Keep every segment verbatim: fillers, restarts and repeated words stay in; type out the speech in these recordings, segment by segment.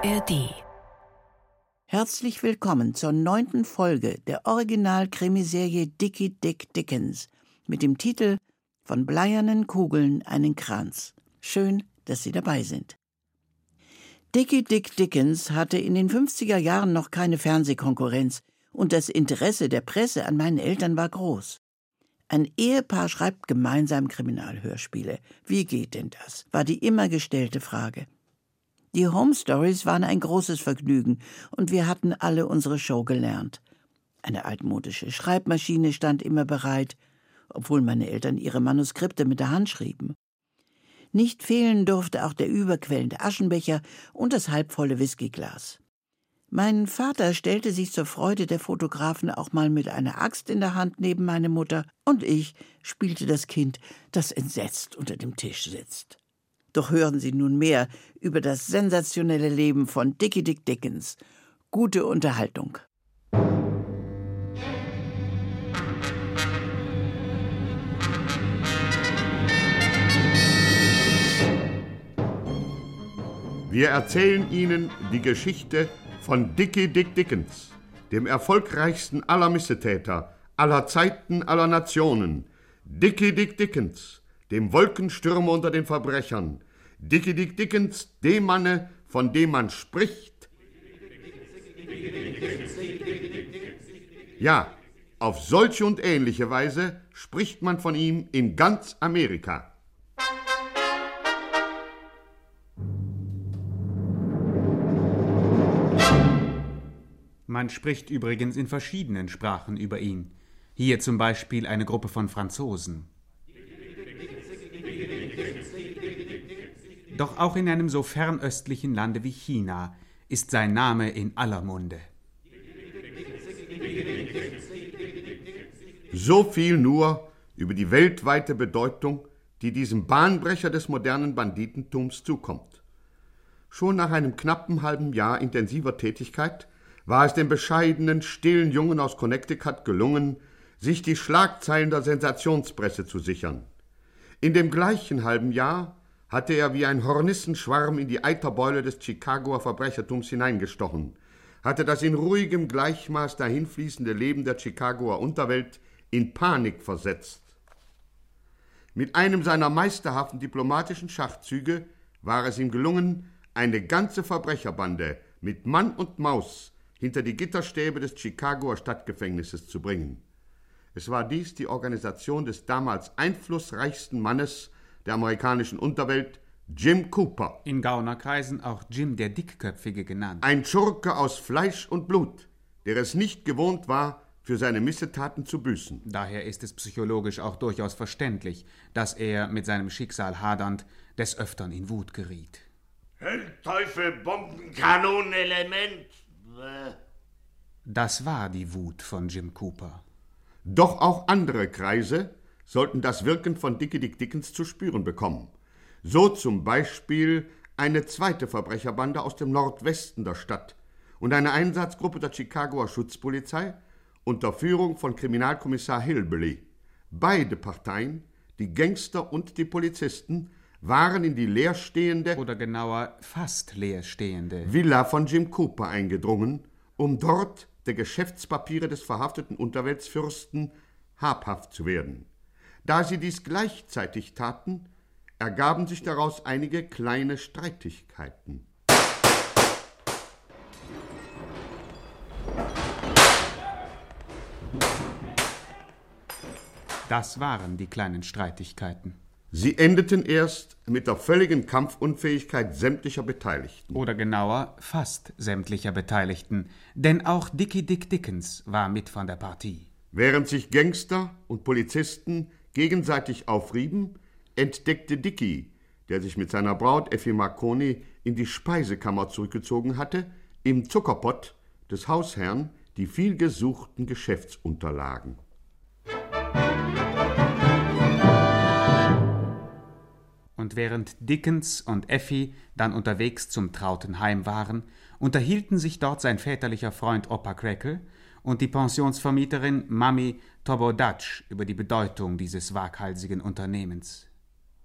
A R D. Herzlich willkommen zur neunten Folge der Original-Krimiserie Dickie Dick Dickens mit dem Titel »Von bleiernen Kugeln einen Kranz«. Schön, dass Sie dabei sind. Dickie Dick Dickens hatte in den fünfziger Jahren noch keine Fernsehkonkurrenz und das Interesse der Presse an meinen Eltern war groß. Ein Ehepaar schreibt gemeinsam Kriminalhörspiele. Wie geht denn das? War die immer gestellte Frage. Die Home Stories waren ein großes Vergnügen und wir hatten alle unsere Show gelernt. Eine altmodische Schreibmaschine stand immer bereit, obwohl meine Eltern ihre Manuskripte mit der Hand schrieben. Nicht fehlen durfte auch der überquellende Aschenbecher und das halbvolle Whiskyglas. Mein Vater stellte sich zur Freude der Fotografen auch mal mit einer Axt in der Hand neben meine Mutter und ich spielte das Kind, das entsetzt unter dem Tisch sitzt. Doch hören Sie nun mehr über das sensationelle Leben von Dickie Dick Dickens. Gute Unterhaltung. Wir erzählen Ihnen die Geschichte von Dickie Dick Dickens, dem erfolgreichsten aller Missetäter, aller Zeiten, aller Nationen. Dickie Dick Dickens, dem Wolkenstürmer unter den Verbrechern. Dickie Dick Dickens, dem Manne, von dem man spricht. Ja, auf solche und ähnliche Weise spricht man von ihm in ganz Amerika. Man spricht übrigens in verschiedenen Sprachen über ihn. Hier zum Beispiel eine Gruppe von Franzosen. Doch auch in einem so fernöstlichen Lande wie China ist sein Name in aller Munde. So viel nur über die weltweite Bedeutung, die diesem Bahnbrecher des modernen Banditentums zukommt. Schon nach einem knappen halben Jahr intensiver Tätigkeit war es dem bescheidenen, stillen Jungen aus Connecticut gelungen, sich die Schlagzeilen der Sensationspresse zu sichern. In dem gleichen halben Jahr hatte er wie ein Hornissenschwarm in die Eiterbeule des Chicagoer Verbrechertums hineingestochen, hatte das in ruhigem Gleichmaß dahinfließende Leben der Chicagoer Unterwelt in Panik versetzt. Mit einem seiner meisterhaften diplomatischen Schachzüge war es ihm gelungen, eine ganze Verbrecherbande mit Mann und Maus hinter die Gitterstäbe des Chicagoer Stadtgefängnisses zu bringen. Es war dies die Organisation des damals einflussreichsten Mannes der amerikanischen Unterwelt, Jim Cooper. In Gaunerkreisen auch Jim der Dickköpfige genannt. Ein Schurke aus Fleisch und Blut, der es nicht gewohnt war, für seine Missetaten zu büßen. Daher ist es psychologisch auch durchaus verständlich, dass er, mit seinem Schicksal hadernd, des Öfteren in Wut geriet. Teufel, Bombenkanonenelement! Das war die Wut von Jim Cooper. Doch auch andere Kreise sollten das Wirken von Dickie Dick Dickens zu spüren bekommen. So zum Beispiel eine zweite Verbrecherbande aus dem Nordwesten der Stadt und eine Einsatzgruppe der Chicagoer Schutzpolizei unter Führung von Kriminalkommissar Hillbilly. Beide Parteien, die Gangster und die Polizisten, waren in die leerstehende, oder genauer fast leerstehende, Villa von Jim Cooper eingedrungen, um dort der Geschäftspapiere des verhafteten Unterweltsfürsten habhaft zu werden. Da sie dies gleichzeitig taten, ergaben sich daraus einige kleine Streitigkeiten. Das waren die kleinen Streitigkeiten. Sie endeten erst mit der völligen Kampfunfähigkeit sämtlicher Beteiligten. Oder genauer, fast sämtlicher Beteiligten, denn auch Dickie Dick Dickens war mit von der Partie. Während sich Gangster und Polizisten gegenseitig aufrieben, entdeckte Dickie, der sich mit seiner Braut Effie Marconi in die Speisekammer zurückgezogen hatte, im Zuckerpott des Hausherrn die vielgesuchten Geschäftsunterlagen. Und während Dickens und Effie dann unterwegs zum trauten Heim waren, unterhielten sich dort sein väterlicher Freund Opa Crackle und die Pensionsvermieterin Mami Tobodatsch über die Bedeutung dieses waghalsigen Unternehmens.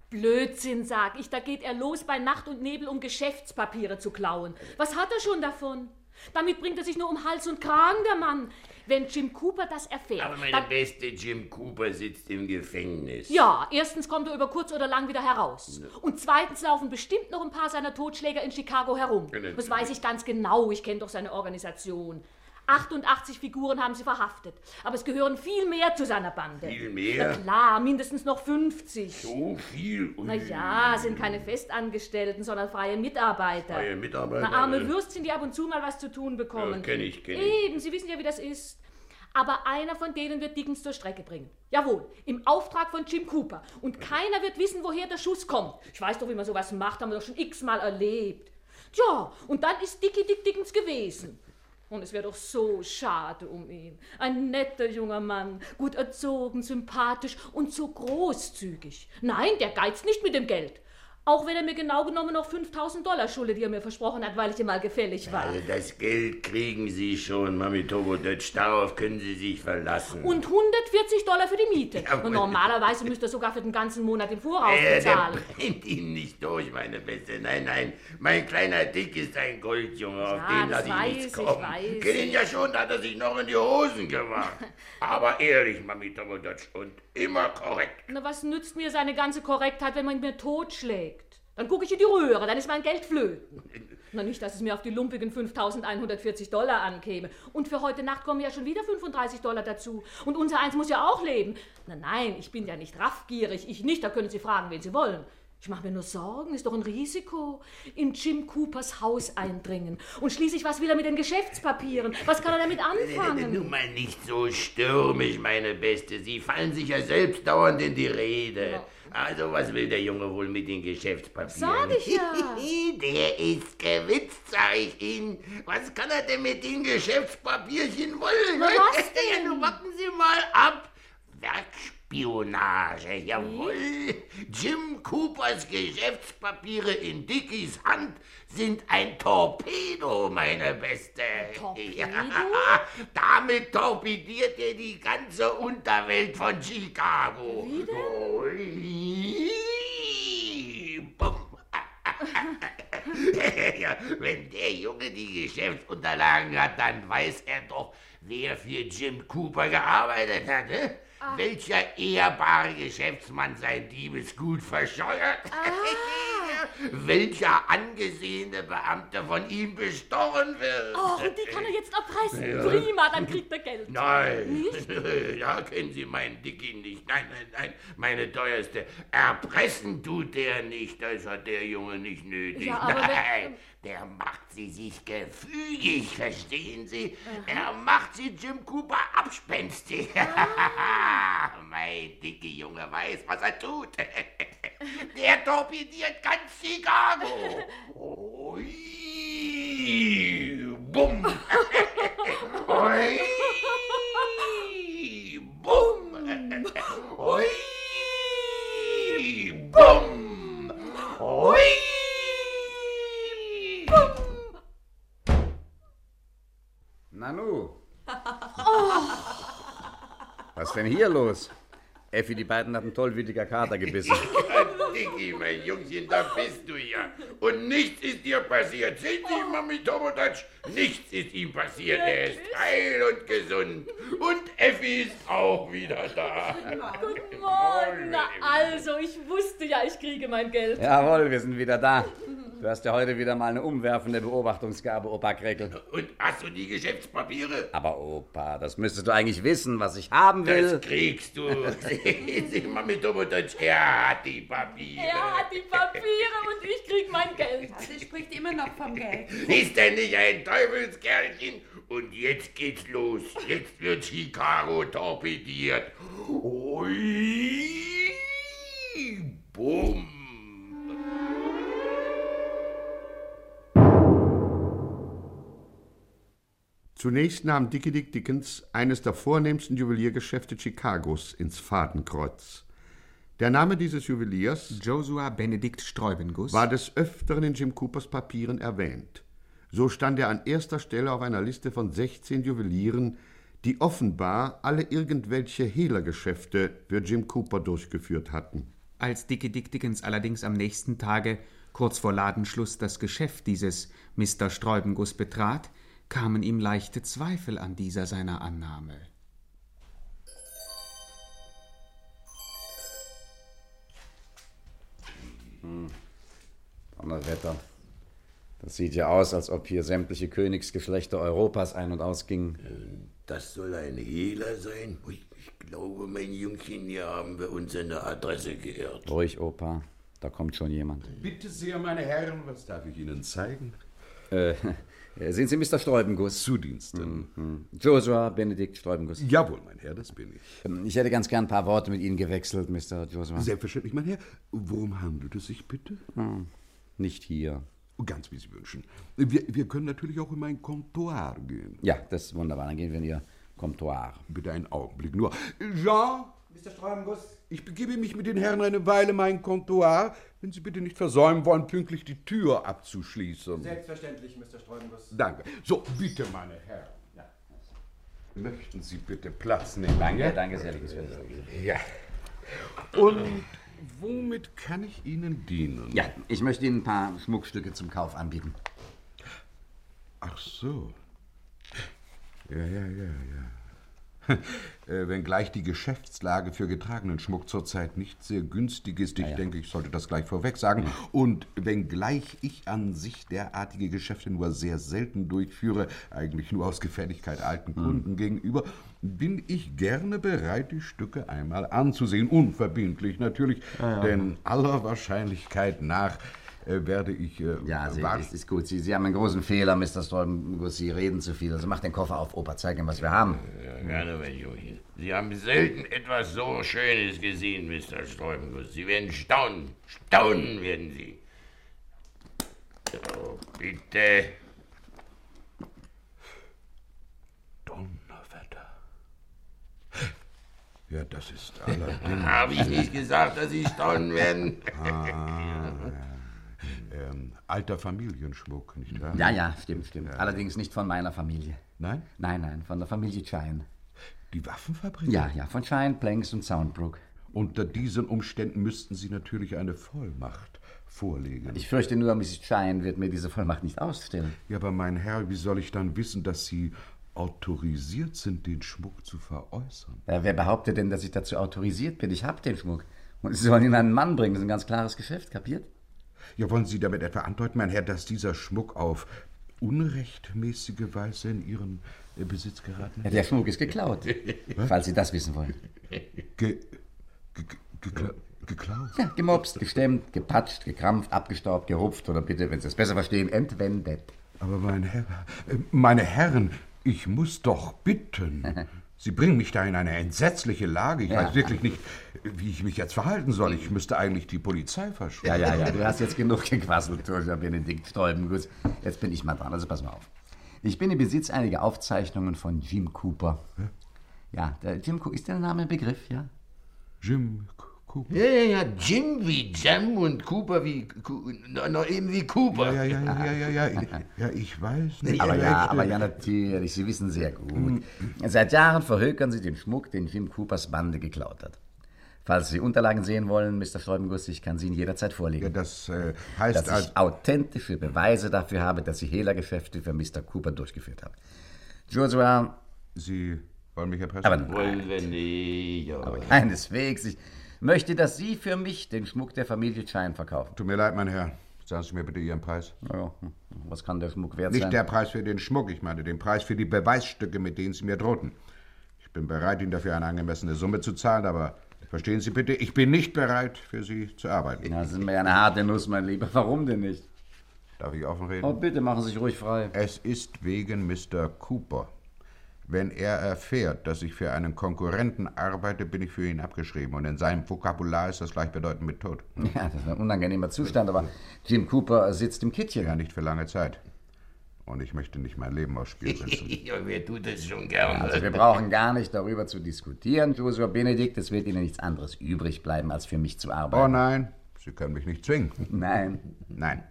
Blödsinn, sag ich, da geht er los bei Nacht und Nebel, um Geschäftspapiere zu klauen. Was hat er schon davon? Damit bringt er sich nur um Hals und Kragen, der Mann. Wenn Jim Cooper das erfährt... Aber meine dann, beste Jim Cooper sitzt im Gefängnis. Ja, erstens kommt er über kurz oder lang wieder heraus. Und zweitens laufen bestimmt noch ein paar seiner Totschläger in Chicago herum. Das weiß ich ganz genau, ich kenne doch seine Organisation. achtundachtzig Figuren haben sie verhaftet. Aber es gehören viel mehr zu seiner Bande. Viel mehr? Na klar, mindestens noch fünfzig. So viel? Ui. Na ja, sind keine Festangestellten, sondern freie Mitarbeiter. Freie Mitarbeiter? Na, arme Würstchen, die ab und zu mal was zu tun bekommen. Ja, kenn ich, kenn ich. Eben, Sie wissen ja, wie das ist. Aber einer von denen wird Dickens zur Strecke bringen. Jawohl, im Auftrag von Jim Cooper. Und keiner wird wissen, woher der Schuss kommt. Ich weiß doch, wie man sowas macht, haben wir doch schon x-mal erlebt. Tja, und dann ist Dickie Dick Dickens gewesen. Und es wäre doch so schade um ihn. Ein netter junger Mann, gut erzogen, sympathisch und so großzügig. Nein, der geizt nicht mit dem Geld. Auch wenn er mir genau genommen noch fünftausend Dollar schuldet, die er mir versprochen hat, weil ich ihm mal gefällig war. Also das Geld kriegen Sie schon, Mami Togodotsch, darauf können Sie sich verlassen. Und hundertvierzig Dollar für die Miete. Jawohl. Und normalerweise müsste er sogar für den ganzen Monat im Voraus Äh, bezahlen. der brennt Ihnen nicht durch, meine Beste. Nein, nein, mein kleiner Dick ist ein Goldjunge, auf Ja, den das lasse ich nichts weiß ich, kommen. weiß Kenn ihn ich. ja schon, da hat er sich noch in die Hosen gemacht. Aber ehrlich, Mami Togodotsch, und immer korrekt. Na, was nützt mir seine ganze Korrektheit, wenn man ihn mir totschlägt? Dann gucke ich in die Röhre, dann ist mein Geld flöten. Na, nicht, dass es mir auf die lumpigen fünftausendeinhundertvierzig Dollar ankäme. Und für heute Nacht kommen ja schon wieder fünfunddreißig Dollar dazu. Und unser Eins muss ja auch leben. Na nein, ich bin ja nicht raffgierig, ich nicht, da können Sie fragen, wen Sie wollen. Ich mache mir nur Sorgen, ist doch ein Risiko. In Jim Coopers Haus eindringen. Und schließlich was wieder mit den Geschäftspapieren. Was kann er damit anfangen? Nun mal nicht so stürmisch, meine Beste. Sie fallen sich ja selbst dauernd in die Rede. Ja. Also, was will der Junge wohl mit den Geschäftspapieren? Sag ich ja. Der ist gewitzt, sag ich Ihnen. Was kann er denn mit den Geschäftspapierchen wollen? Na, was denn? Ja, nun warten Sie mal ab. Werkspionage, jawohl. Jim Coopers Geschäftspapiere in Dickies Hand sind ein Torpedo, meine Beste. Torpedo? Ja, damit torpediert er die ganze Unterwelt von Chicago. Wie denn? Ui, bumm. Ja, wenn der Junge die Geschäftsunterlagen hat, dann weiß er doch, wer für Jim Cooper gearbeitet hat. Ne? Ah. Welcher ehrbare Geschäftsmann sein Diebesgut verscheuert. Ah. Welcher angesehene Beamte von ihm bestochen wird. Oh, und die kann er jetzt erpressen. Ja. Prima, dann kriegt er Geld. Nein, Nicht? da kennen Sie meinen Dickie nicht. Nein, nein, nein, meine teuerste. Erpressen tut der nicht, das hat der Junge nicht nötig. Ja, aber nein, wenn- der macht sie sich gefügig, verstehen Sie? Er macht sie Jim Cooper abspenstig. Ah. Mein Dickie Junge weiß, was er tut. Der torpediert ganz Chicago. Ui, bumm. Ui, bumm. Ui, bumm. Ui, bumm. Nanu. Was ist denn hier los? Effi, die beiden hatten tollwütiger Kater gebissen. Dickie, mein Jungchen, da bist du ja. Und nichts ist dir passiert. Sehen Sie, Mami Togodotsch, nichts ist ihm passiert. Er ist heil und gesund. Und Effi ist auch wieder da. Guten Morgen. Na also, ich wusste ja, ich kriege mein Geld. Jawohl, wir sind wieder da. Du hast ja heute wieder mal eine umwerfende Beobachtungsgabe, Opa Kreckel. Und hast du die Geschäftspapiere? Aber Opa, das müsstest du eigentlich wissen, was ich haben will. Das kriegst du. Sehen Sie, Mami Togodotsch, er hat die Papiere. Er hat die Papiere und ich krieg mein Geld. Sie spricht immer noch vom Geld. Ist er nicht ein Teufelskerlchen? Und jetzt geht's los. Jetzt wird Chicago torpediert. Ui, bumm. Zunächst nahm Dickie Dick Dickens eines der vornehmsten Juweliergeschäfte Chicagos ins Fadenkreuz. Der Name dieses Juweliers Josua Benedikt Streubenguss war des Öfteren in Jim Coopers Papieren erwähnt. So stand er an erster Stelle auf einer Liste von sechzehn Juwelieren, die offenbar alle irgendwelche Hehlergeschäfte für Jim Cooper durchgeführt hatten. Als Dickie Dick Dickens allerdings am nächsten Tage kurz vor Ladenschluss das Geschäft dieses Mister Sträubenguss betrat, kamen ihm leichte Zweifel an dieser seiner Annahme. Hm. Donnerwetter. Das sieht ja aus, als ob hier sämtliche Königsgeschlechter Europas ein- und ausgingen. Das soll ein Hehler sein? Ich glaube, mein Jungchen, hier haben wir uns in der Adresse geirrt. Ruhig, Opa. Da kommt schon jemand. Bitte sehr, meine Herren, was darf ich Ihnen zeigen? Äh, sind Sie Mister Sträubenguss? Zu Diensten. Mhm. Joshua Benedikt Sträubenguss. Jawohl, mein Herr, das bin ich. Ich hätte ganz gern ein paar Worte mit Ihnen gewechselt, Mister Joshua. Selbstverständlich, mein Herr. Worum handelt es sich bitte? Hm, nicht hier. Ganz wie Sie wünschen. Wir, wir können natürlich auch in mein Comptoir gehen. Ja, das ist wunderbar. Dann gehen wir in Ihr Comptoir. Bitte einen Augenblick nur. Jean? Mister Sträubenguss? Ich begebe mich mit den Herren eine Weile in mein Comptoir, wenn Sie bitte nicht versäumen wollen, pünktlich die Tür abzuschließen. Selbstverständlich, Mister Sträubenguss. Danke. So, bitte, meine Herren. Ja. Möchten Sie bitte Platz nehmen? Danke, ja? danke sehr, liebes Feld. Ja. Und womit kann ich Ihnen dienen? Ja, ich möchte Ihnen ein paar Schmuckstücke zum Kauf anbieten. Ach so. Ja, ja, ja, ja. äh, wenngleich die Geschäftslage für getragenen Schmuck zurzeit nicht sehr günstig ist, ich ja, ja. denke, ich sollte das gleich vorweg sagen, mhm. und wenngleich ich an sich derartige Geschäfte nur sehr selten durchführe, eigentlich nur aus Gefälligkeit alten mhm. Kunden gegenüber, bin ich gerne bereit, die Stücke einmal anzusehen, unverbindlich natürlich, ja, ja. denn aller Wahrscheinlichkeit nach äh, werde ich... Äh, ja, Sie, das ist gut. Sie, Sie haben einen großen Fehler, Mister Sträubenguss. Sie reden zu viel. Also mach den Koffer auf, Opa. Zeig ihm, was wir haben. Ja, gerne, mein Junge. Sie haben selten etwas so Schönes gesehen, Mister Sträubenguss. Sie werden staunen. Staunen werden Sie. So, bitte. Donnerwetter. Ja, das ist allerdings... Habe ich nicht gesagt, dass Sie staunen werden? Ah, ja. Ähm, alter Familienschmuck, nicht wahr? Ja, ja, stimmt, stimmt. Ja. Allerdings nicht von meiner Familie. Nein? Nein, nein, von der Familie Chine. Die Waffenfabrik? Ja, ja, von Chine, Planks und Soundbrook. Unter diesen Umständen müssten Sie natürlich eine Vollmacht vorlegen. Ich fürchte nur, Misses Chine wird mir diese Vollmacht nicht ausstellen. Ja, aber mein Herr, wie soll ich dann wissen, dass Sie autorisiert sind, den Schmuck zu veräußern? Ja, wer behauptet denn, dass ich dazu autorisiert bin? Ich habe den Schmuck. Und Sie sollen ihn an einen Mann bringen. Das ist ein ganz klares Geschäft, kapiert? Ja, wollen Sie damit etwa andeuten, mein Herr, dass dieser Schmuck auf unrechtmäßige Weise in Ihren äh, Besitz geraten ist? Ja, der Schmuck ist geklaut, falls Sie das wissen wollen. Ge, ge, gekla, geklaut? Ja, gemopst, gestemmt, gepatscht, gekrampft, abgestaubt, gerupft oder bitte, wenn Sie es besser verstehen, entwendet. Aber mein Herr, äh, meine Herren, ich muss doch bitten. Sie bringen mich da in eine entsetzliche Lage. Ich ja. weiß wirklich nicht, wie ich mich jetzt verhalten soll. Ich müsste eigentlich die Polizei verschwinden. Ja, ja, ja, du hast jetzt genug gequasselt, Joshua Benedikt Sträubenguss. Jetzt bin ich mal dran, also pass mal auf. Ich bin im Besitz einiger Aufzeichnungen von Jim Cooper. Hä? Ja, der Jim Cooper, ist der Name ein Begriff, ja? Jim Cooper? Ja, ja, ja, Jim wie Jam und Cooper wie, noch eben wie Cooper. Ja, ja, ja, ja, ja, ja, ja, ja, ich weiß nicht. Aber ja, aber ja, natürlich, Sie wissen sehr gut. Seit Jahren verhökern Sie den Schmuck, den Jim Coopers Bande geklaut hat. Falls Sie Unterlagen sehen wollen, Mister Sträubenguss, ich kann sie Ihnen jederzeit vorlegen. Ja, das äh, heißt... Dass ich authentische Beweise dafür habe, dass Sie Hehlergeschäfte für Mister Cooper durchgeführt haben. Joshua... Sie wollen mich erpressen? Aber nein. Wollen wir nicht, ja. Aber keineswegs. Ich möchte, dass Sie für mich den Schmuck der Familie Chine verkaufen. Tut mir leid, mein Herr. Sagen Sie mir bitte Ihren Preis. Ja, was kann der Schmuck wert Nicht sein? Nicht der Preis für den Schmuck, ich meine den Preis für die Beweisstücke, mit denen Sie mir drohten. Ich bin bereit, Ihnen dafür eine angemessene Summe zu zahlen, aber verstehen Sie bitte, ich bin nicht bereit, für Sie zu arbeiten. Das ist mir ja eine harte Nuss, mein Lieber. Warum denn nicht? Darf ich offen reden? Oh, bitte, machen Sie sich ruhig frei. Es ist wegen Mister Cooper. Wenn er erfährt, dass ich für einen Konkurrenten arbeite, bin ich für ihn abgeschrieben. Und in seinem Vokabular ist das gleichbedeutend mit Tod. Ja, das ist ein unangenehmer Zustand, aber Jim Cooper sitzt im Kittchen. Ja, nicht für lange Zeit. Und ich möchte nicht mein Leben aufs Spiel setzen. Ja, wer tut das schon gerne? Also wir brauchen gar nicht darüber zu diskutieren, Joshua Benedikt. Es wird Ihnen nichts anderes übrig bleiben, als für mich zu arbeiten. Oh nein, Sie können mich nicht zwingen. Nein. Nein.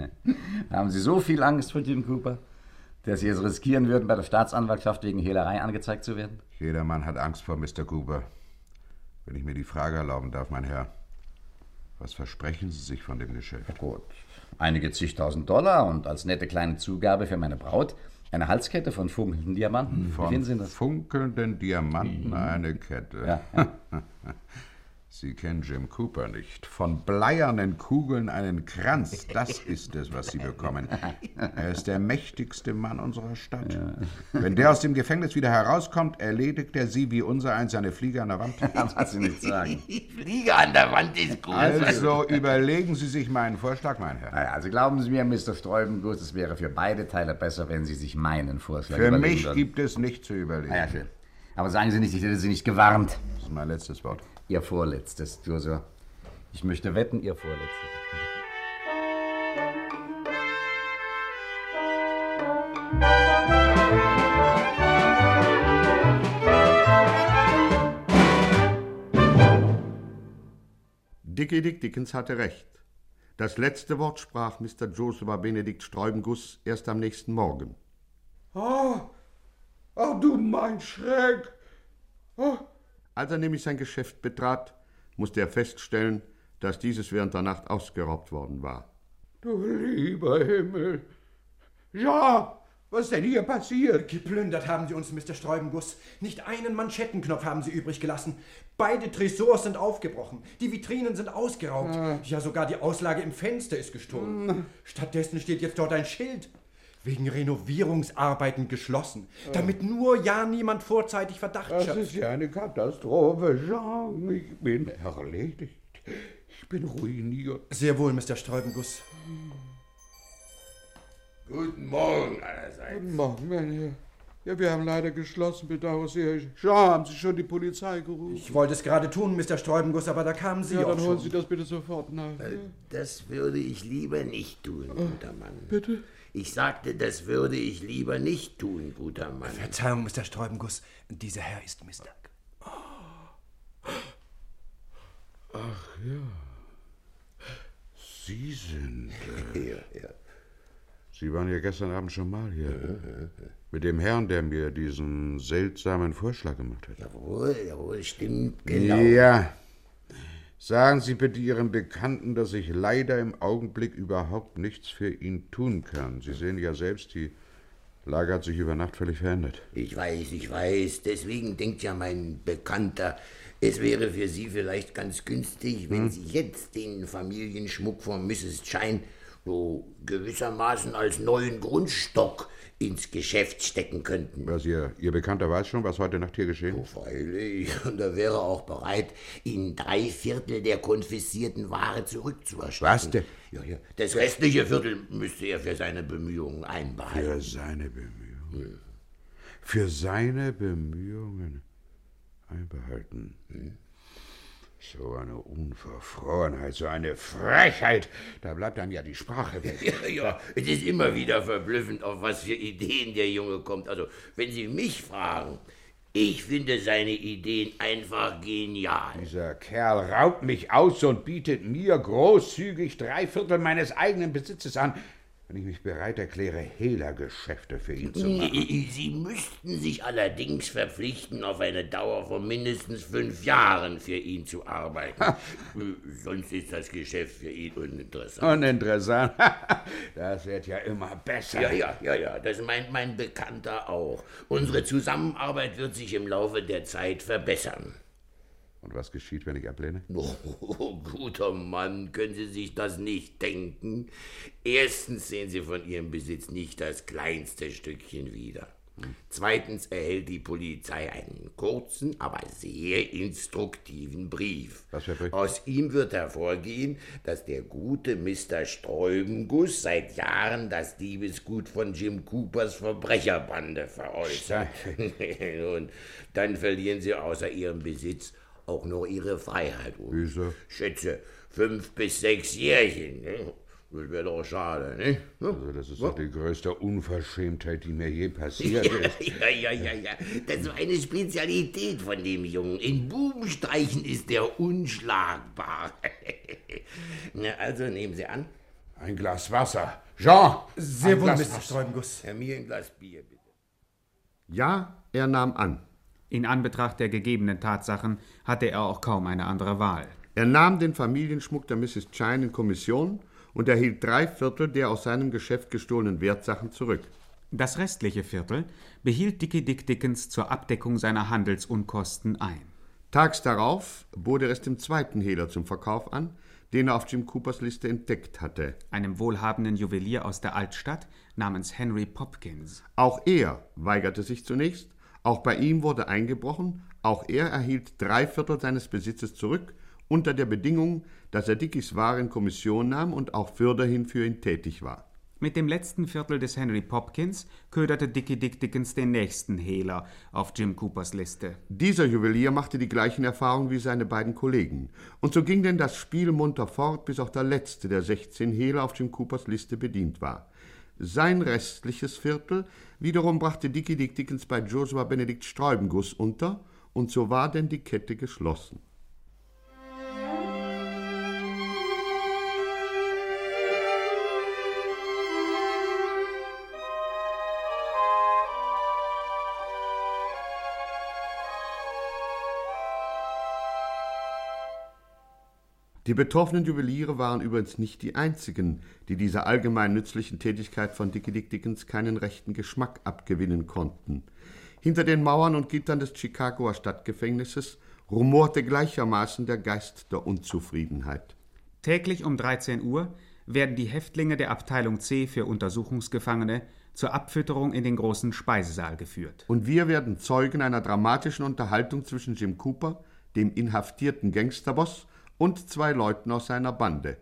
Haben Sie so viel Angst vor Jim Cooper, dass Sie es riskieren würden, bei der Staatsanwaltschaft wegen Hehlerei angezeigt zu werden? Jeder Mann hat Angst vor Mister Cooper. Wenn ich mir die Frage erlauben darf, mein Herr. Was versprechen Sie sich von dem Geschäft? Gut, einige zigtausend Dollar und als nette kleine Zugabe für meine Braut eine Halskette von funkelnden Diamanten. Von Wie finden Sie das? funkelnden Diamanten eine Kette. Ja, ja. Sie kennen Jim Cooper nicht. Von bleiernen Kugeln einen Kranz, das ist es, was Sie bekommen. Er ist der mächtigste Mann unserer Stadt. Ja. Wenn der aus dem Gefängnis wieder herauskommt, erledigt er Sie wie unsereins seine Fliege an der Wand. Was Sie nicht sagen. Fliege an der Wand ist gut. Also überlegen Sie sich meinen Vorschlag, mein Herr. Naja, also glauben Sie mir, Mister Sträubenguss, es wäre für beide Teile besser, wenn Sie sich meinen Vorschlag Für überlegen mich würden. gibt es nicht zu überlegen. Na ja, schön. Aber sagen Sie nicht, ich hätte Sie nicht gewarnt. Das ist mein letztes Wort. Ihr vorletztes, Josua. Ich möchte wetten, Ihr vorletztes. Dickie Dick Dickens hatte recht. Das letzte Wort sprach Mister Josua Benedikt Sträubenguss erst am nächsten Morgen. Oh, oh du mein Schreck! Oh. Als er nämlich sein Geschäft betrat, musste er feststellen, dass dieses während der Nacht ausgeraubt worden war. Du lieber Himmel! Ja, was ist denn hier passiert? Geplündert haben sie uns, Mister Sträubenguss. Nicht einen Manschettenknopf haben sie übrig gelassen. Beide Tresors sind aufgebrochen. Die Vitrinen sind ausgeraubt. Ja, ja sogar die Auslage im Fenster ist gestohlen. Hm. Stattdessen steht jetzt dort ein Schild. Wegen Renovierungsarbeiten geschlossen, ja. damit nur ja niemand vorzeitig Verdacht schöpft. Das ist ja eine Katastrophe, Jean. Ich bin erledigt. Ich bin ruiniert. Sehr wohl, Mister Sträubenguss. Guten Morgen allerseits. Guten Morgen, mein Herr. Ja, wir haben leider geschlossen, bedauere sehr. Jean, haben Sie schon die Polizei gerufen? Ich wollte es gerade tun, Mister Sträubenguss, aber da kamen Sie ja, auch dann holen schon. Sie das bitte sofort nach. Äh, das würde ich lieber nicht tun, oh, guter Mann. Bitte? Ich sagte, das würde ich lieber nicht tun, guter Mann. Verzeihung, Mister Sträubenguss, dieser Herr ist Mister Ach ja, Sie sind... Äh, ja, ja. Sie waren ja gestern Abend schon mal hier. Ja, ja, ja. Mit dem Herrn, der mir diesen seltsamen Vorschlag gemacht hat. Jawohl, jawohl, stimmt, genau. Ja. Sagen Sie bitte Ihrem Bekannten, dass ich leider im Augenblick überhaupt nichts für ihn tun kann. Sie sehen ja selbst, die Lage hat sich über Nacht völlig verändert. Ich weiß, ich weiß. Deswegen denkt ja mein Bekannter, es wäre für Sie vielleicht ganz günstig, wenn hm? Sie jetzt den Familienschmuck von Misses Chine so gewissermaßen als neuen Grundstock ins Geschäft stecken könnten. Was, Ihr, Ihr Bekannter weiß schon, was heute Nacht hier geschehen? Oh, freilich. Und er wäre auch bereit, Ihnen drei Viertel der konfiszierten Ware zurückzuerstatten. Was denn? Ja, ja. Das restliche Viertel müsste er für seine Bemühungen einbehalten. Für seine Bemühungen? Hm. Für seine Bemühungen einbehalten? Hm. So eine Unverfrorenheit, so eine Frechheit. Da bleibt dann ja die Sprache weg. Ja, ja, es ist immer wieder verblüffend, auf was für Ideen der Junge kommt. Also, wenn Sie mich fragen, ich finde seine Ideen einfach genial. Dieser Kerl raubt mich aus und bietet mir großzügig drei Viertel meines eigenen Besitzes an, wenn ich mich bereit erkläre, Hehlergeschäfte für ihn zu machen. Sie müssten sich allerdings verpflichten, auf eine Dauer von mindestens fünf Jahren für ihn zu arbeiten. Sonst ist das Geschäft für ihn uninteressant. Uninteressant? Das wird ja immer besser. Ja, ja, ja, ja, das meint mein Bekannter auch. Unsere Zusammenarbeit wird sich im Laufe der Zeit verbessern. Und was geschieht, wenn ich ablehne? Oh, guter Mann, können Sie sich das nicht denken? Erstens sehen Sie von Ihrem Besitz nicht das kleinste Stückchen wieder. Hm. Zweitens erhält die Polizei einen kurzen, aber sehr instruktiven Brief. Was für ein Brief? Aus ihm wird hervorgehen, dass der gute Mister Sträubenguss seit Jahren das Diebesgut von Jim Coopers Verbrecherbande veräußert. Und dann verlieren Sie außer Ihrem Besitz auch noch Ihre Freiheit. Wieso? Schätze, fünf bis sechs Jährchen. Ne? Das wäre doch schade, ne? Also das ist doch die größte Unverschämtheit, die mir je passiert ist. Ja, ja, ja, ja. Das war eine Spezialität von dem Jungen. In Bubenstreichen ist der unschlagbar. Na, also nehmen Sie an. Ein Glas Wasser. Jean! Sehr wohl, Mister Sträubenguss. Herr, mir ein Glas Bier, bitte. Ja, er nahm an. In Anbetracht der gegebenen Tatsachen hatte er auch kaum eine andere Wahl. Er nahm den Familienschmuck der Misses Chine in Kommission und erhielt drei Viertel der aus seinem Geschäft gestohlenen Wertsachen zurück. Das restliche Viertel behielt Dickie Dick Dickens zur Abdeckung seiner Handelsunkosten ein. Tags darauf bot er es dem zweiten Hehler zum Verkauf an, den er auf Jim Coopers Liste entdeckt hatte. Einem wohlhabenden Juwelier aus der Altstadt namens Henry Popkins. Auch er weigerte sich zunächst, auch bei ihm wurde eingebrochen, auch er erhielt drei Viertel seines Besitzes zurück, unter der Bedingung, dass er Dickies Ware in Kommission nahm und auch fürderhin für ihn tätig war. Mit dem letzten Viertel des Henry Popkins köderte Dickie Dick Dickens den nächsten Hehler auf Jim Coopers Liste. Dieser Juwelier machte die gleichen Erfahrungen wie seine beiden Kollegen. Und so ging denn das Spiel munter fort, bis auch der letzte der sechzehn Hehler auf Jim Coopers Liste bedient war. Sein restliches Viertel wiederum brachte Dickie Dick Dickens bei Josua Benedict Sträubenguss unter, und so war denn die Kette geschlossen. Die betroffenen Juweliere waren übrigens nicht die einzigen, die dieser allgemein nützlichen Tätigkeit von Dickie Dick Dickens keinen rechten Geschmack abgewinnen konnten. Hinter den Mauern und Gittern des Chicagoer Stadtgefängnisses rumorte gleichermaßen der Geist der Unzufriedenheit. Täglich um dreizehn Uhr werden die Häftlinge der Abteilung C für Untersuchungsgefangene zur Abfütterung in den großen Speisesaal geführt. Und wir werden Zeugen einer dramatischen Unterhaltung zwischen Jim Cooper, dem inhaftierten Gangsterboss, und zwei Leuten aus seiner Bande.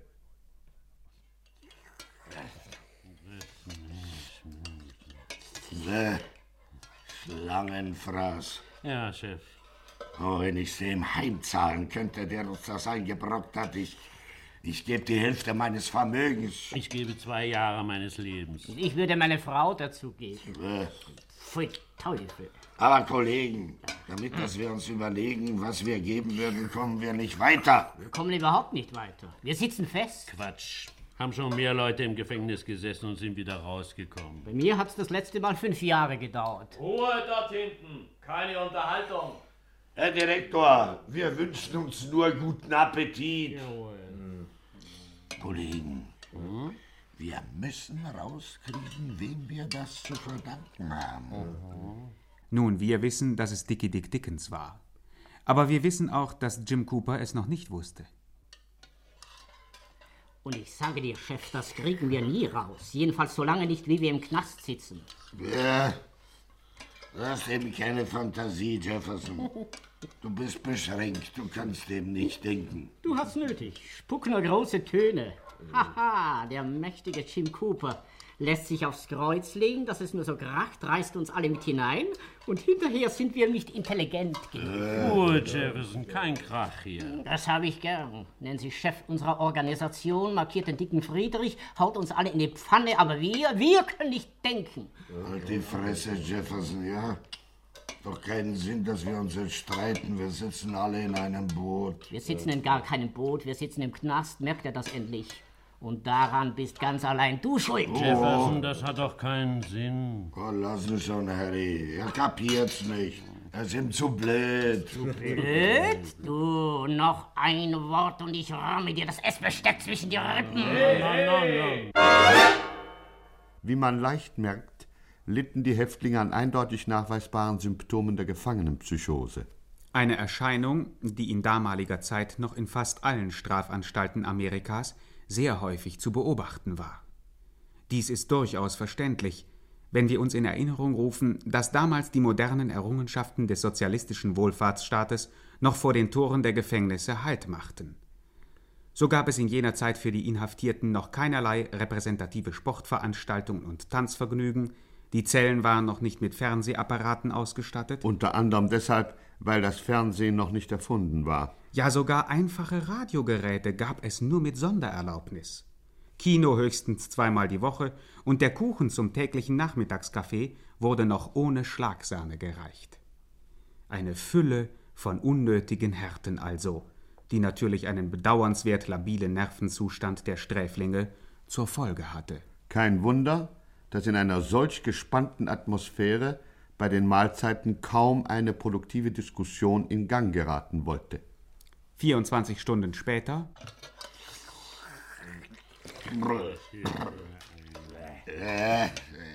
So, Schlangenfraß. Ja, Chef. Oh, wenn ich sie ihm heimzahlen könnte, der uns das eingebrockt hat. Ich, ich gebe die Hälfte meines Vermögens. Ich gebe zwei Jahre meines Lebens. Ich würde meine Frau dazu geben. Äh. Pfui, Teufel. Aber Kollegen, damit dass wir uns überlegen, was wir geben würden, kommen wir nicht weiter. Wir kommen überhaupt nicht weiter. Wir sitzen fest. Quatsch. Haben schon mehr Leute im Gefängnis gesessen und sind wieder rausgekommen. Bei mir hat's das letzte Mal fünf Jahre gedauert. Ruhe dort hinten. Keine Unterhaltung. Herr Direktor, wir wünschen uns nur guten Appetit. Jawohl. Hm. Kollegen, hm? wir müssen rauskriegen, wem wir das zu verdanken haben. Mhm. Nun, wir wissen, dass es Dickie Dick Dickens war. Aber wir wissen auch, dass Jim Cooper es noch nicht wusste. Und ich sage dir, Chef, das kriegen wir nie raus. Jedenfalls so lange nicht, wie wir im Knast sitzen. Ja, du hast eben keine Fantasie, Jefferson. Du bist beschränkt, du kannst dem nicht denken. Du hast nötig. Spuck nur große Töne. Haha, der mächtige Jim Cooper lässt sich aufs Kreuz legen, dass es nur so kracht, reißt uns alle mit hinein und hinterher sind wir nicht intelligent genug. Äh. Gut, Jefferson, kein Krach hier. Das habe ich gern. Nennen Sie Chef unserer Organisation, markiert den dicken Friedrich, haut uns alle in die Pfanne, aber wir, wir können nicht denken. Halt die Fresse, Jefferson, ja? Doch keinen Sinn, dass wir uns jetzt streiten. Wir sitzen alle in einem Boot. Wir sitzen in gar keinem Boot, wir sitzen im Knast, merkt er das endlich? Und daran bist ganz allein du schuld. Oh. Jefferson, das hat doch keinen Sinn. Oh, lassen schon, Harry. Er kapiert's nicht. Er ist ihm zu blöd. Zu blöd? Du, noch ein Wort und ich ramme dir das Essbesteck zwischen die Rippen. Hey, hey, hey. Wie man leicht merkt, litten die Häftlinge an eindeutig nachweisbaren Symptomen der Gefangenenpsychose. Eine Erscheinung, die in damaliger Zeit noch in fast allen Strafanstalten Amerikas sehr häufig zu beobachten war. Dies ist durchaus verständlich, wenn wir uns in Erinnerung rufen, dass damals die modernen Errungenschaften des sozialistischen Wohlfahrtsstaates noch vor den Toren der Gefängnisse Halt machten. So gab es in jener Zeit für die Inhaftierten noch keinerlei repräsentative Sportveranstaltungen und Tanzvergnügen, die Zellen waren noch nicht mit Fernsehapparaten ausgestattet. Unter anderem deshalb, weil das Fernsehen noch nicht erfunden war. Ja, sogar einfache Radiogeräte gab es nur mit Sondererlaubnis. Kino höchstens zweimal die Woche und der Kuchen zum täglichen Nachmittagskaffee wurde noch ohne Schlagsahne gereicht. Eine Fülle von unnötigen Härten also, die natürlich einen bedauernswert labilen Nervenzustand der Sträflinge zur Folge hatte. Kein Wunder, dass in einer solch gespannten Atmosphäre bei den Mahlzeiten kaum eine produktive Diskussion in Gang geraten wollte. vierundzwanzig Stunden später. Äh,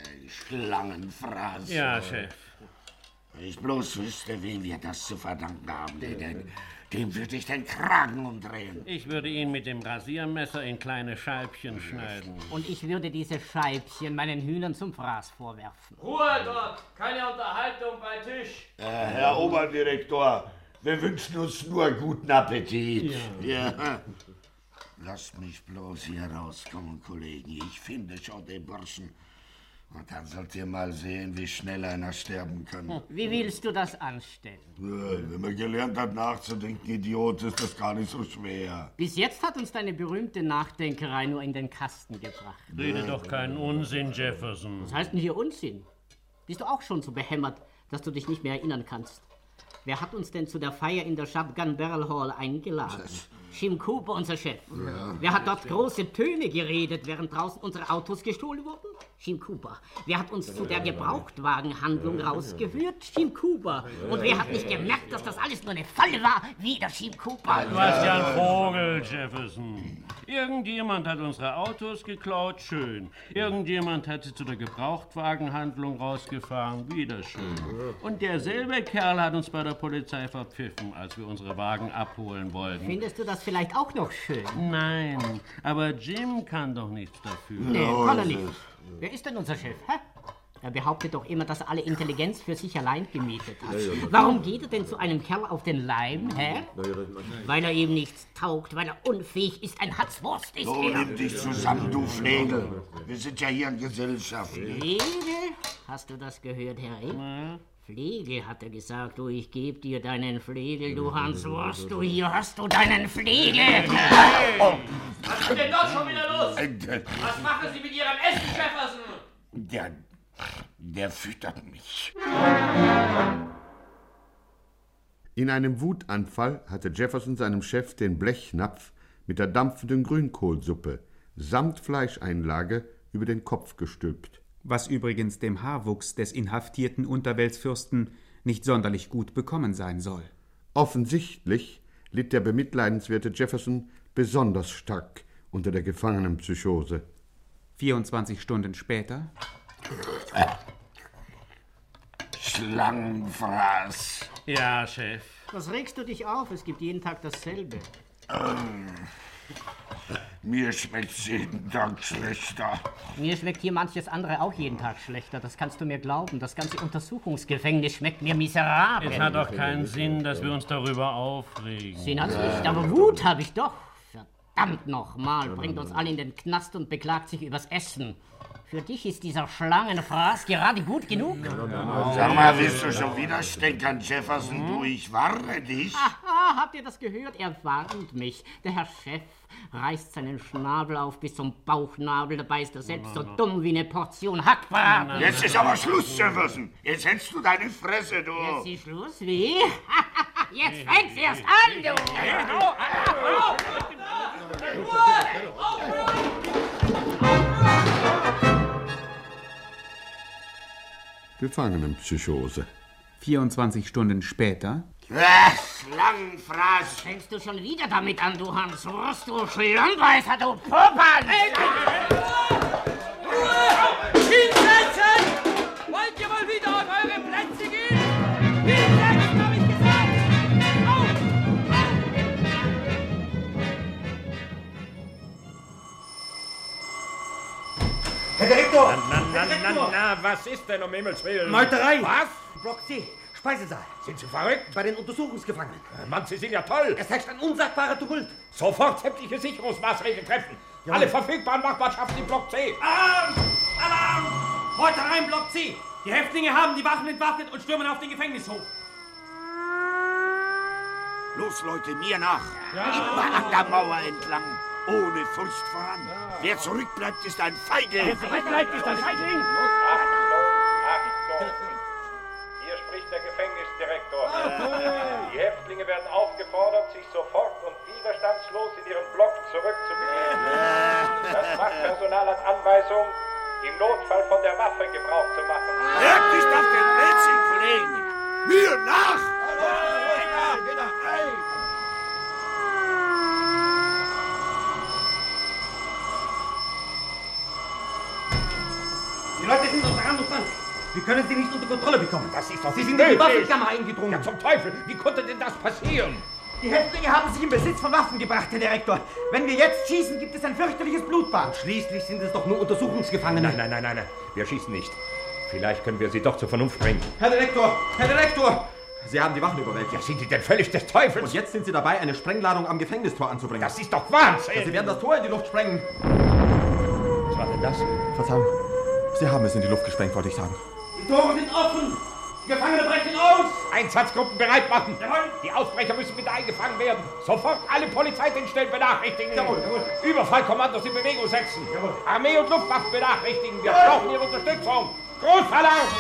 Schlangenfraß. Ja, Chef. Wenn ich bloß wüsste, wem wir das zu verdanken haben, denn dem würde ich den Kragen umdrehen. Ich würde ihn mit dem Rasiermesser in kleine Scheibchen schneiden. Und ich würde diese Scheibchen meinen Hühnern zum Fraß vorwerfen. Ruhe dort! Keine Unterhaltung bei Tisch! Äh, Herr Oberdirektor, wir wünschen uns nur guten Appetit. Ja. Ja. Lasst mich bloß hier rauskommen, Kollegen. Ich finde schon den Burschen. Und dann sollt ihr mal sehen, wie schnell einer sterben kann. Wie willst du das anstellen? Ja, wenn man gelernt hat, nachzudenken, Idiot, ist das gar nicht so schwer. Bis jetzt hat uns deine berühmte Nachdenkerei nur in den Kasten gebracht. Rede doch keinen Unsinn, Jefferson. Was heißt denn hier Unsinn? Bist du auch schon so behämmert, dass du dich nicht mehr erinnern kannst? Wer hat uns denn zu der Feier in der Shotgun Barrel Hall eingeladen? Jim Cooper, unser Chef. Ja. Wer hat dort große Töne geredet, während draußen unsere Autos gestohlen wurden? Jim Cooper. Wer hat uns zu der Gebrauchtwagenhandlung rausgeführt? Jim Cooper. Und wer hat nicht gemerkt, dass das alles nur eine Falle war? Wieder Jim Cooper. Du hast ja ein Vogel, Jefferson. Irgendjemand hat unsere Autos geklaut, schön. Irgendjemand hat sie zu der Gebrauchtwagenhandlung rausgefahren, wieder schön. Und derselbe Kerl hat uns bei der Polizei verpfiffen, als wir unsere Wagen abholen wollten. Findest du das vielleicht auch noch schön? Nein, aber Jim kann doch nichts dafür. Nee, kann er nicht. Wer ist denn unser Chef, hä? Er behauptet doch immer, dass er alle Intelligenz für sich allein gemietet hat. Warum geht er denn zu einem Kerl auf den Leim, hä? Weil er ihm nichts taugt, weil er unfähig ist, ein Hatzwurst ist So, er. nimm dich zusammen, du Flegel. Wir sind ja hier in Gesellschaft. Flegel? Hast du das gehört, Herr Ring? Flegel, hat er gesagt. Du, ich geb dir deinen Flegel, du Hanswurst. Du, hier hast du deinen Flegel. Hey! Was ist denn dort schon wieder los? Was machen Sie mit Ihrem Essen, Jefferson? Der, der füttert mich. In einem Wutanfall hatte Jefferson seinem Chef den Blechnapf mit der dampfenden Grünkohlsuppe samt Fleischeinlage über den Kopf gestülpt. Was übrigens dem Haarwuchs des inhaftierten Unterweltsfürsten nicht sonderlich gut bekommen sein soll. Offensichtlich litt der bemitleidenswerte Jefferson besonders stark unter der Gefangenenpsychose. vierundzwanzig Stunden später. Schlangenfraß. Ja, Chef. Was regst du dich auf? Es gibt jeden Tag dasselbe. Mir schmeckt's jeden Tag schlechter. Mir schmeckt hier manches andere auch jeden Tag schlechter. Das kannst du mir glauben. Das ganze Untersuchungsgefängnis schmeckt mir miserabel. Es hat doch keinen Sinn, dass wir uns darüber aufregen. Sinn hat's nicht, aber Wut habe ich doch. Verdammt nochmal, bringt uns alle in den Knast und beklagt sich übers Essen. Für dich ist dieser Schlangenfraß gerade gut genug? Sag mal, willst du schon wieder stänkern, Jefferson? Du, ich warne dich. Aha, habt ihr das gehört? Er warnt mich. Der Herr Chef reißt seinen Schnabel auf bis zum Bauchnabel. Dabei ist er selbst so dumm wie eine Portion Hackbraten. Jetzt ist aber Schluss, Jefferson. Jetzt hältst du deine Fresse, du. Jetzt ist Schluss, wie? Jetzt fängt's erst an, du. Gefangenenpsychose. vierundzwanzig Stunden später. Ach, Schlangenfraß. Fängst du schon wieder damit an, du Hanswurst, du Schlammbeißer, du Popan! Hinsetzen! Wollt ihr mal wieder auf eure Plätze gehen? Hinsetzen, hab ich gesagt! Auf! Herr Direktor! Na, na, na, na, na, was ist denn um Himmels Willen? Meuterei! Was? Block C, Speisesaal. Sind Sie verrückt? Bei den Untersuchungsgefangenen. Mann, Sie sind ja toll. Es herrscht ein unsagbarer Tumult. Sofort sämtliche Sicherungsmaßregeln treffen. Ja. Alle verfügbaren Wachmannschaften in Block C. Alarm! Alarm! Meuterei im Block C. Die Häftlinge haben die Wachen entwaffnet und stürmen auf den Gefängnishof. Los, Leute, mir nach. Ja. Immer an der Mauer entlang. Ohne Furcht voran. Ja. Wer zurückbleibt, ist ein Feigling. Wer zurückbleibt, ist ein Feigling. Achtung, Achtung. Hier spricht der Gefängnisdirektor. Die Häftlinge werden aufgefordert, sich sofort und widerstandslos in ihren Block zurückzubegeben. Das Wachpersonal hat Anweisung, im Notfall von der Waffe Gebrauch zu machen. Hört nicht auf den Blödsinn, Kollegen. Mir nach! Die Leute sind unter Rand und Band. Wir können sie nicht unter Kontrolle bekommen. Das ist doch Sie nicht sind in die möglich. Waffenkammer eingedrungen. Ja, zum Teufel! Wie konnte denn das passieren? Die Häftlinge haben sich in Besitz von Waffen gebracht, Herr Direktor. Wenn wir jetzt schießen, gibt es ein fürchterliches Blutbad. Schließlich sind es doch nur Untersuchungsgefangene. Nein, nein, nein, nein, nein. Wir schießen nicht. Vielleicht können wir sie doch zur Vernunft bringen. Herr Direktor! Herr Direktor! Sie haben die Wachen überwältigt. Ja, sind Sie denn völlig des Teufels? Und jetzt sind Sie dabei, eine Sprengladung am Gefängnistor anzubringen. Das ist doch Wahnsinn! Ja, Sie werden das Tor in die Luft sprengen. Was war denn das? Verzeihung. Sie haben es in die Luft gesprengt, wollte ich sagen. Die Tore sind offen. Die Gefangene brechen aus. Einsatzgruppen bereit machen. Jawohl. Die Ausbrecher müssen bitte eingefangen werden. Sofort alle Polizeidienststellen benachrichtigen. Jawohl, jawohl. Überfallkommandos in Bewegung setzen. Jawohl. Armee und Luftwaffe benachrichtigen. Wir Jawohl. brauchen Ihre Unterstützung. Großalarm!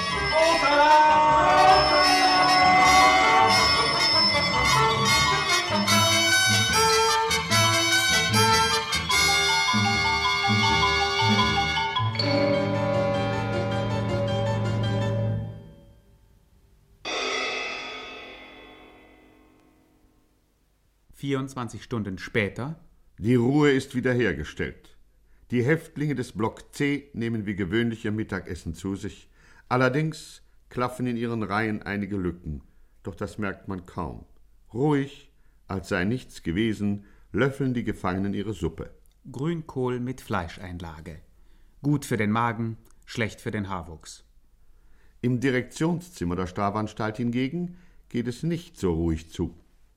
vierundzwanzig Stunden später. Die Ruhe ist wiederhergestellt. Die Häftlinge des Block C nehmen wie gewöhnlich ihr Mittagessen zu sich. Allerdings klaffen in ihren Reihen einige Lücken. Doch das merkt man kaum. Ruhig, als sei nichts gewesen, löffeln die Gefangenen ihre Suppe. Grünkohl mit Fleischeinlage. Gut für den Magen, schlecht für den Haarwuchs. Im Direktionszimmer der Strafanstalt hingegen geht es nicht so ruhig zu.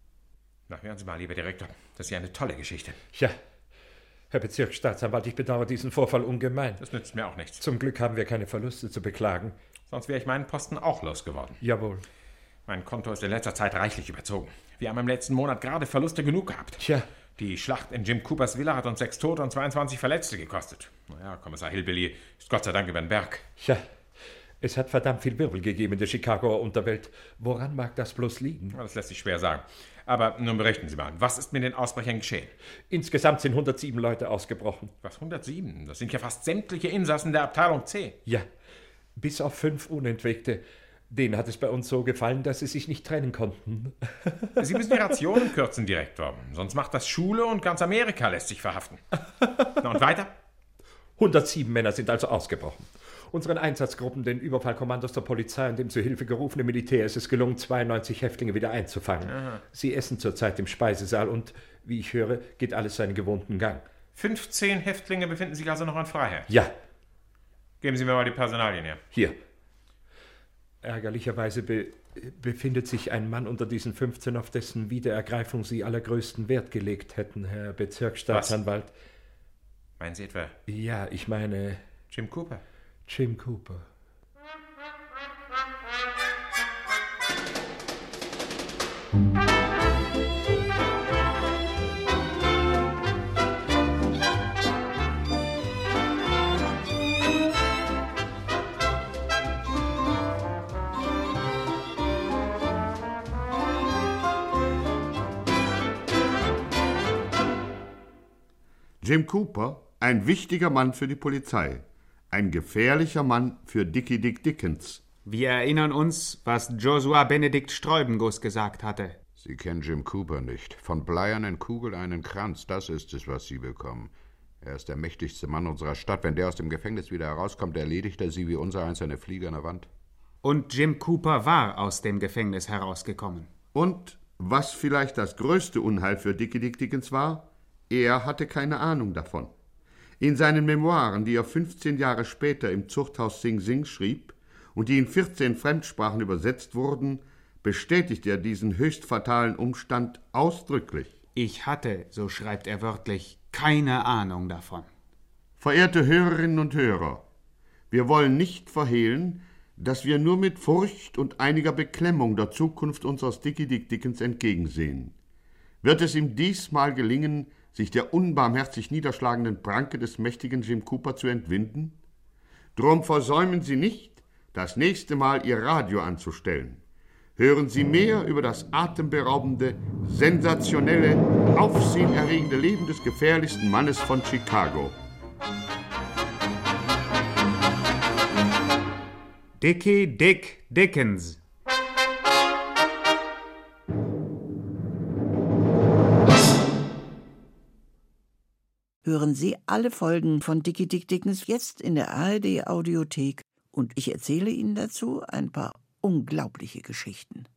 Na, hören Sie mal, lieber Direktor, das ist ja eine tolle Geschichte. Ja, Herr Bezirksstaatsanwalt, ich bedauere diesen Vorfall ungemein. Das nützt mir auch nichts. Zum Glück haben wir keine Verluste zu beklagen. Sonst wäre ich meinen Posten auch losgeworden. Jawohl. Mein Konto ist in letzter Zeit reichlich überzogen. Wir haben im letzten Monat gerade Verluste genug gehabt. Tja. Die Schlacht in Jim Coopers Villa hat uns sechs Tote und zweiundzwanzig Verletzte gekostet. Naja, Kommissar Hillbilly ist Gott sei Dank über den Berg. Ja, es hat verdammt viel Wirbel gegeben in der Chicagoer Unterwelt. Woran mag das bloß liegen? Das lässt sich schwer sagen. Aber nun berichten Sie mal, was ist mit den Ausbrechern geschehen? Insgesamt sind hundertsieben Leute ausgebrochen. Was, hundertsieben? Das sind ja fast sämtliche Insassen der Abteilung C. Ja, bis auf fünf Unentwegte. Denen hat es bei uns so gefallen, dass sie sich nicht trennen konnten. Sie müssen die Rationen kürzen, Direktor. Sonst macht das Schule und ganz Amerika lässt sich verhaften. Na und weiter? hundertsieben Männer sind also ausgebrochen. Unseren Einsatzgruppen, den Überfallkommandos der Polizei und dem zu Hilfe gerufenen Militär ist es gelungen, zweiundneunzig Häftlinge wieder einzufangen. Aha. Sie essen zurzeit im Speisesaal und, wie ich höre, geht alles seinen gewohnten Gang. fünfzehn Häftlinge befinden sich also noch in Freiheit? Ja. Geben Sie mir mal die Personalien her. Hier. Ärgerlicherweise be befindet sich ein Mann unter diesen fünfzehn, auf dessen Wiederergreifung Sie allergrößten Wert gelegt hätten, Herr Bezirksstaatsanwalt. Was? Meinen Sie etwa? Ja, ich meine... Jim Cooper. Jim Cooper. Jim Cooper, ein wichtiger Mann für die Polizei. Ein gefährlicher Mann für Dickie Dick Dickens. Wir erinnern uns, was Josua Benedikt Sträubenguss gesagt hatte. Sie kennen Jim Cooper nicht. Von bleiernen Kugeln einen Kranz, das ist es, was Sie bekommen. Er ist der mächtigste Mann unserer Stadt. Wenn der aus dem Gefängnis wieder herauskommt, erledigt er Sie wie unser eins eine Fliege an der Wand. Und Jim Cooper war aus dem Gefängnis herausgekommen. Und was vielleicht das größte Unheil für Dickie Dick Dickens war, er hatte keine Ahnung davon. In seinen Memoiren, die er fünfzehn Jahre später im Zuchthaus Sing Sing schrieb und die in vierzehn Fremdsprachen übersetzt wurden, bestätigt er diesen höchst fatalen Umstand ausdrücklich. Ich hatte, so schreibt er wörtlich, keine Ahnung davon. Verehrte Hörerinnen und Hörer, wir wollen nicht verhehlen, dass wir nur mit Furcht und einiger Beklemmung der Zukunft unseres Dickie Dick Dickens entgegensehen. Wird es ihm diesmal gelingen, sich der unbarmherzig niederschlagenden Pranke des mächtigen Jim Cooper zu entwinden? Drum versäumen Sie nicht, das nächste Mal Ihr Radio anzustellen. Hören Sie mehr über das atemberaubende, sensationelle, aufsehenerregende Leben des gefährlichsten Mannes von Chicago. Dickie Dick Dickens. hören Sie alle Folgen von Dickie Dick Dickens jetzt in der A R D Audiothek und ich erzähle Ihnen dazu ein paar unglaubliche Geschichten.